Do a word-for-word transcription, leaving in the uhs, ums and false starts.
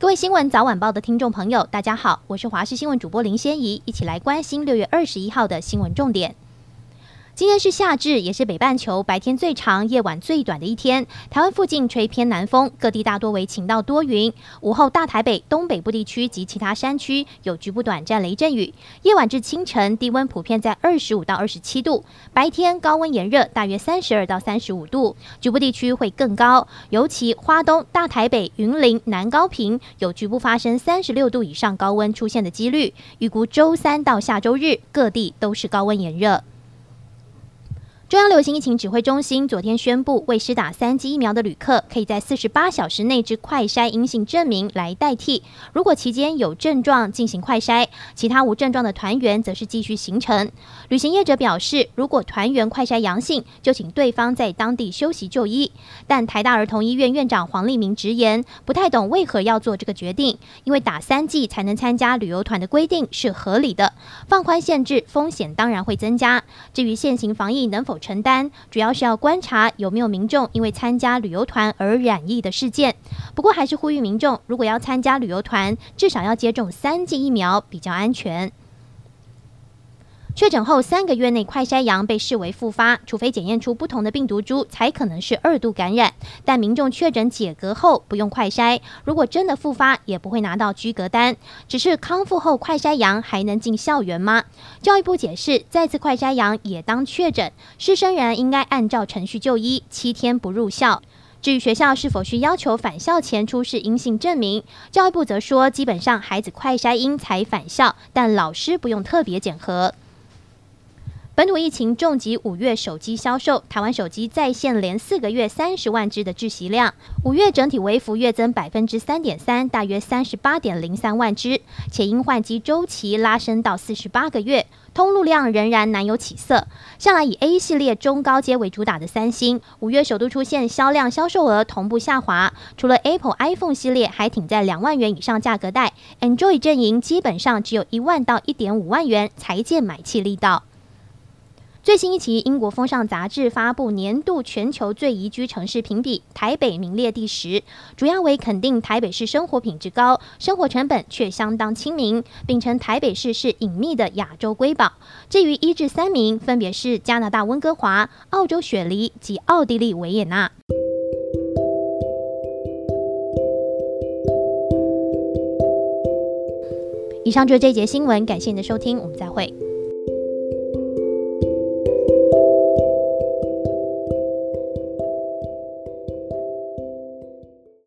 位新闻早晚报的听众朋友，大家好，我是华视新闻主播林仙怡，一起来关心六月二十一号的新闻重点。今天是夏至，也是北半球白天最长、夜晚最短的一天。台湾附近吹偏南风，各地大多为晴到多云。午后大台北、东北部地区及其他山区有局部短暂雷阵雨。夜晚至清晨，低温普遍在二十五到二十七度，白天高温炎热，大约三十二到三十五度，局部地区会更高。尤其花东、大台北、云林、南高屏有局部发生三十六度以上高温出现的几率。预估周三到下周日，各地都是高温炎热。中央流行疫情指挥中心昨天宣布，未施打三剂疫苗的旅客可以在四十八小时内之快筛阴性证明来代替。如果期间有症状进行快筛，其他无症状的团员则是继续行程。旅行业者表示，如果团员快筛阳性，就请对方在当地休息就医。但台大儿童医院院长黄立明直言，不太懂为何要做这个决定，因为打三剂才能参加旅游团的规定是合理的，放宽限制风险当然会增加。至于现行防疫能否承担，主要是要观察有没有民众因为参加旅游团而染疫的事件。不过还是呼吁民众，如果要参加旅游团，至少要接种三剂疫苗比较安全。确诊后三个月内快筛阳被视为复发，除非检验出不同的病毒株，才可能是二度感染。但民众确诊解隔后不用快筛，如果真的复发，也不会拿到居隔单。只是康复后快筛阳还能进校园吗？教育部解释，再次快筛阳也当确诊，师生仍然应该按照程序就医，七天不入校。至于学校是否需要求返校前出示阴性证明，教育部则说，基本上孩子快筛阴才返校，但老师不用特别检核。本土疫情重击五月手机销售，台湾手机在线连四个月三十万只的窒息量，五月整体微幅月增百分之三点三，大约三十八点零三万只，且因换机周期拉升到四十八个月，通路量仍然难有起色。向来以 A 系列中高阶为主打的三星，五月首度出现销量销售额同步下滑，除了 Apple iPhone 系列还挺在两万元以上价格带 ，Android 阵营基本上只有一万到一点五万元才见买气力道。最新一期英国风尚杂志发布年度全球最宜居城市评比，台北名列第十，主要为肯定台北市生活品质高，生活成本却相当亲民，并称台北市是隐秘的亚洲瑰宝。至于一至三名，分别是加拿大温哥华、澳洲雪梨及奥地利维也纳。以上就是这一节新闻，感谢您的收听，我们再会。